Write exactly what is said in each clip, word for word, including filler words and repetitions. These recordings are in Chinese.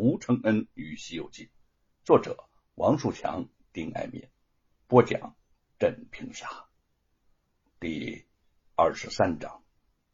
吴承恩与西游记，作者王树强、丁爱民，播讲镇平侠。第二十三章，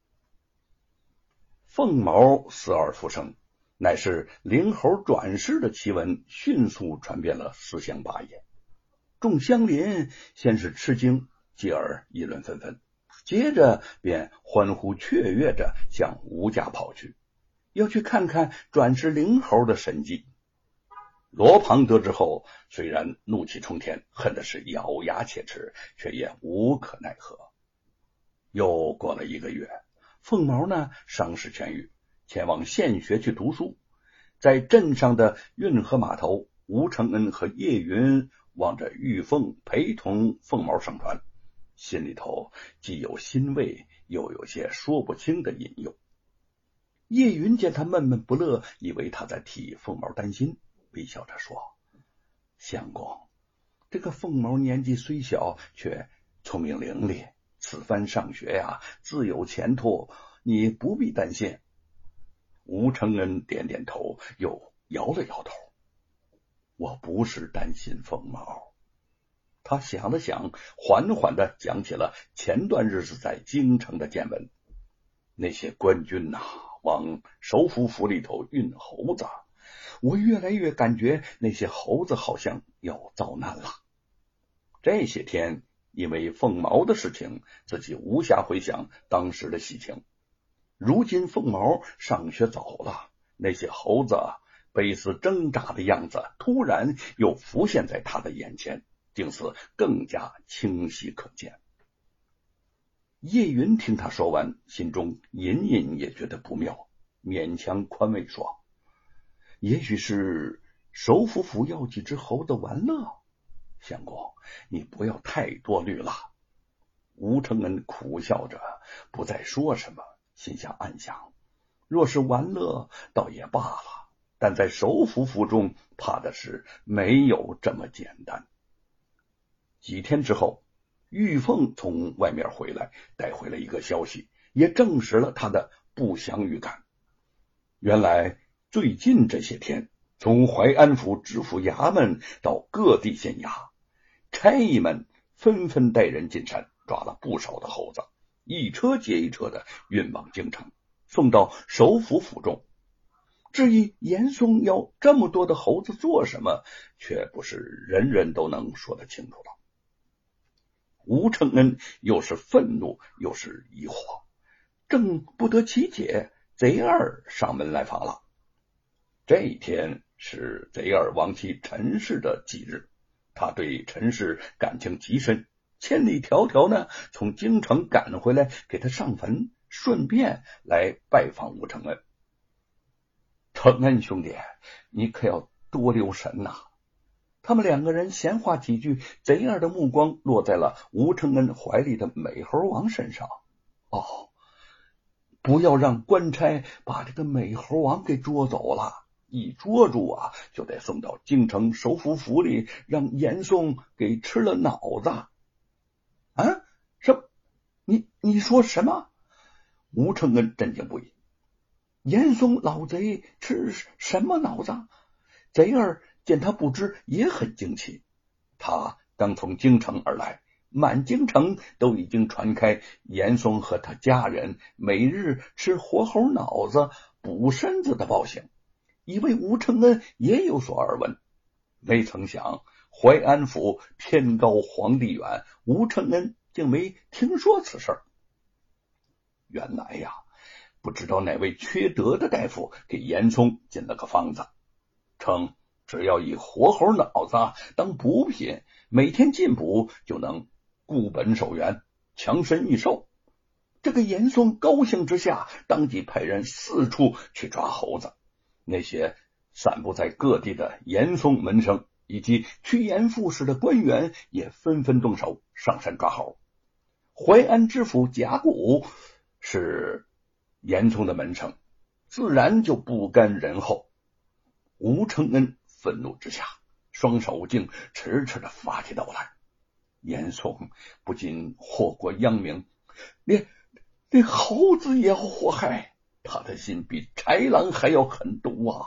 凤毛死而复生，乃是灵猴转世的奇闻，迅速传遍了四乡八野。众乡邻先是吃惊，继而议论纷纷，接着便欢呼雀跃着向吴家跑去，要去看看转世灵猴的神迹。罗庞得知后，虽然怒气冲天，恨的是咬牙切齿，却也无可奈何。又过了一个月，凤毛呢伤势痊愈，前往县学去读书。在镇上的运河码头，吴承恩和叶云望着玉凤陪同凤毛上船，心里头既有欣慰，又有些说不清的隐忧。叶云见他闷闷不乐，以为他在替凤毛担心，微笑着说：相公，这个凤毛年纪虽小，却聪明伶俐，此番上学呀，自有前途，你不必担心。吴承恩点点头，又摇了摇头：我不是担心凤毛。他想了想，缓缓地讲起了前段日子在京城的见闻。那些官军呐、啊，往首府府里头运猴子，我越来越感觉那些猴子好像要遭难了。这些天因为凤毛的事情，自己无暇回想当时的喜情。如今凤毛上学走了，那些猴子悲思挣扎的样子突然又浮现在他的眼前，竟是更加清晰可见。叶云听他说完，心中隐隐也觉得不妙，勉强宽慰说：也许是首府府要几只猴子玩乐，相公，你不要太多虑了。吴承恩苦笑着，不再说什么，心下暗想：若是玩乐倒也罢了，但在首府府中，怕的是没有这么简单。几天之后，玉凤从外面回来，带回了一个消息，也证实了他的不祥预感。原来最近这些天，从淮安府知府衙门到各地县衙，差役们纷纷带人进山，抓了不少的猴子，一车接一车的运往京城，送到首府府中。至于严嵩要这么多的猴子做什么，却不是人人都能说得清楚了。吴承恩又是愤怒又是疑惑，正不得其解，贼二上门来访了。这一天是贼二亡妻陈氏的忌日，他对陈氏感情极深，千里迢迢呢从京城赶回来给他上坟，顺便来拜访吴承恩。承恩兄弟，你可要多留神呐、啊！他们两个人闲话几句，贼二的目光落在了吴承恩怀里的美猴王身上。哦，不要让官差把这个美猴王给捉走了，一捉住啊，就得送到京城首府府里，让严嵩给吃了脑子。啊？什？你你说什么？吴承恩震惊不已。严嵩老贼吃什么脑子？贼儿见他不知，也很惊奇。他刚从京城而来，满京城都已经传开严嵩和他家人每日吃活猴脑子补身子的报信，以为吴承恩也有所耳闻。没曾想淮安府天高皇帝远，吴承恩竟没听说此事。原来呀，不知道哪位缺德的大夫给严嵩进了个方子，称只要以活猴脑子当补品，每天进补就能固本守元，强身益寿。这个严嵩高兴之下，当即派人四处去抓猴子。那些散布在各地的严嵩门生以及趋炎附势的官员也纷纷动手上山抓猴。淮安知府贾谷是严嵩的门生，自然就不甘人后。吴承恩愤怒之下，双手竟迟迟的发起抖来。严嵩不仅祸国殃民，连连猴子也要祸害，他的心比豺狼还要狠毒啊！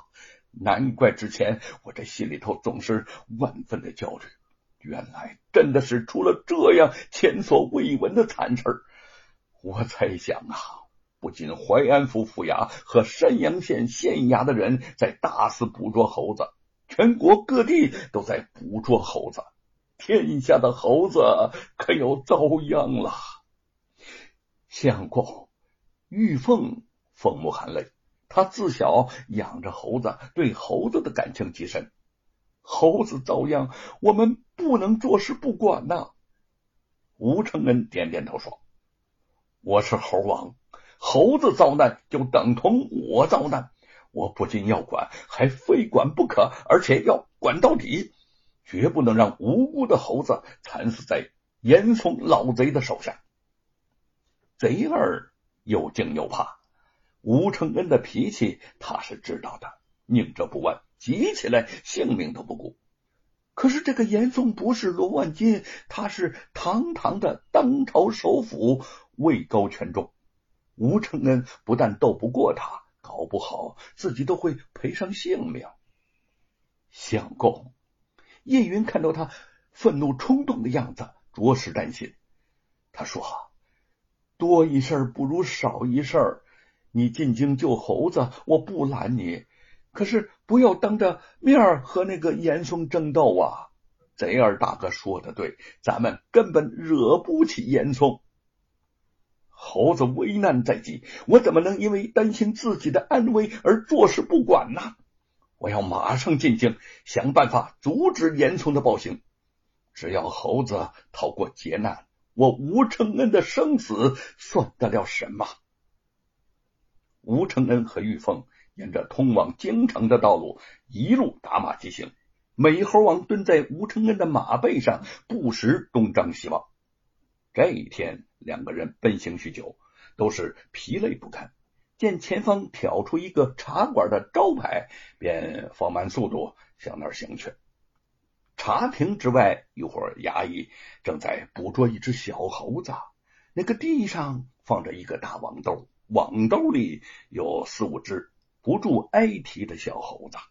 难怪之前我这心里头总是万分的焦虑，原来真的是出了这样前所未闻的惨事儿。我猜想啊，不仅淮安府府衙和山阳县县衙的人在大肆捕捉猴子，全国各地都在捕捉猴子，天下的猴子可有遭殃了。相公，玉凤凤目含泪，他自小养着猴子，对猴子的感情极深。猴子遭殃，我们不能坐视不管呐。吴承恩点点头说：“我是猴王，猴子遭难就等同我遭难，我不仅要管，还非管不可，而且要管到底，绝不能让无辜的猴子惨死在严嵩老贼的手下。”贼儿又惊又怕，吴承恩的脾气他是知道的，宁折不弯，急起来性命都不顾。可是这个严嵩不是罗万金，他是堂堂的当朝首辅，位高权重，吴承恩不但斗不过他，搞不好自己都会赔上性命。相公，叶云看到他愤怒冲动的样子，着实担心。他说：“多一事不如少一事，你进京救猴子，我不拦你，可是不要当着面和那个严嵩争斗啊！贼儿大哥说的对，咱们根本惹不起严嵩。猴子危难在即，我怎么能因为担心自己的安危而坐视不管呢？我要马上进京，想办法阻止严嵩的暴行。只要猴子逃过劫难，我吴承恩的生死算得了什么？”吴承恩和玉凤沿着通往京城的道路一路打马疾行，美猴王蹲在吴承恩的马背上，不时东张西望。这一天两个人奔行许久，都是疲累不堪，见前方挑出一个茶馆的招牌，便放慢速度向那儿行去。茶亭之外，一伙衙役正在捕捉一只小猴子，那个地上放着一个大网兜，网兜里有四五只不住哀啼的小猴子。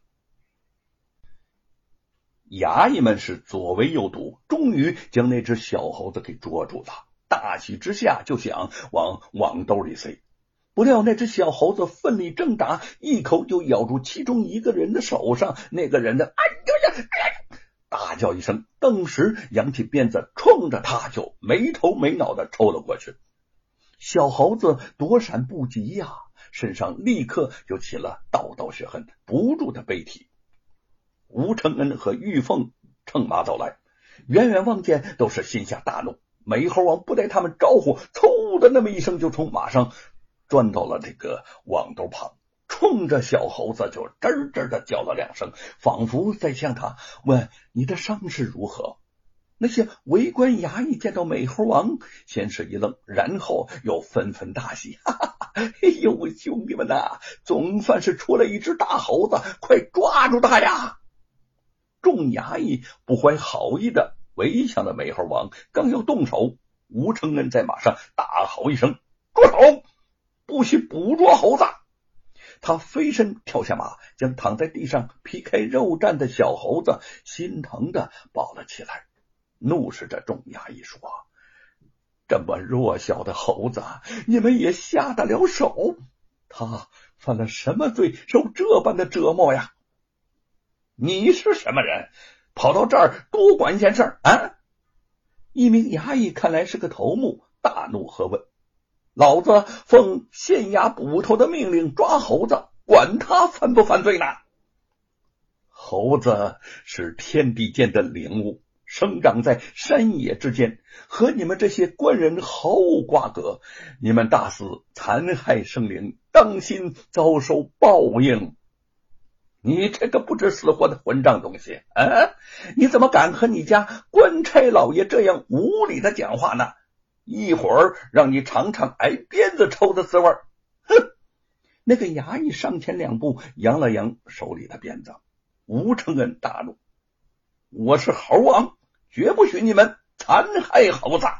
衙役们是左围右堵，终于将那只小猴子给捉住了。大喜之下就想往网兜里塞，不料那只小猴子奋力挣扎，一口就咬住其中一个人的手上，那个人的哎呀呀哎呀大叫一声，顿时扬起鞭子，冲着他就没头没脑的抽了过去。小猴子躲闪不及呀、啊，身上立刻就起了道道血痕，不住的悲啼。吴承恩和玉凤乘马走来，远远望见都是心下大怒。美猴王不待他们招呼，嗖的那么一声就从马上钻到了这个网兜旁，冲着小猴子就吱吱的叫了两声，仿佛在向他问你的伤势如何。那些围观衙役见到美猴王，先是一愣，然后又纷纷大喜，哈哈哈！哎呦，兄弟们呐、啊，总算是出了一只大猴子，快抓住他呀！众衙役不怀好意的围向了美猴王，刚要动手，吴承恩在马上大吼一声：“住手！不许捕捉猴子！”他飞身跳下马，将躺在地上皮开肉绽的小猴子心疼的抱了起来，怒视着众衙役说：“这么弱小的猴子，你们也下得了手？他犯了什么罪，受这般的折磨呀？你是什么人，跑到这儿多管闲事啊？”一名衙役看来是个头目，大怒喝问：“老子奉县衙捕头的命令抓猴子，管他犯不犯罪呢？猴子是天地间的灵物，生长在山野之间，和你们这些官人毫无瓜葛。你们大肆残害生灵，当心遭受报应。你这个不知死活的混账东西啊！你怎么敢和你家官差老爷这样无理的讲话呢？一会儿让你尝尝挨鞭子抽的滋味！”哼！那个衙役上前两步，扬了扬手里的鞭子。吴承恩大怒：“我是猴王，绝不许你们残害猴子！”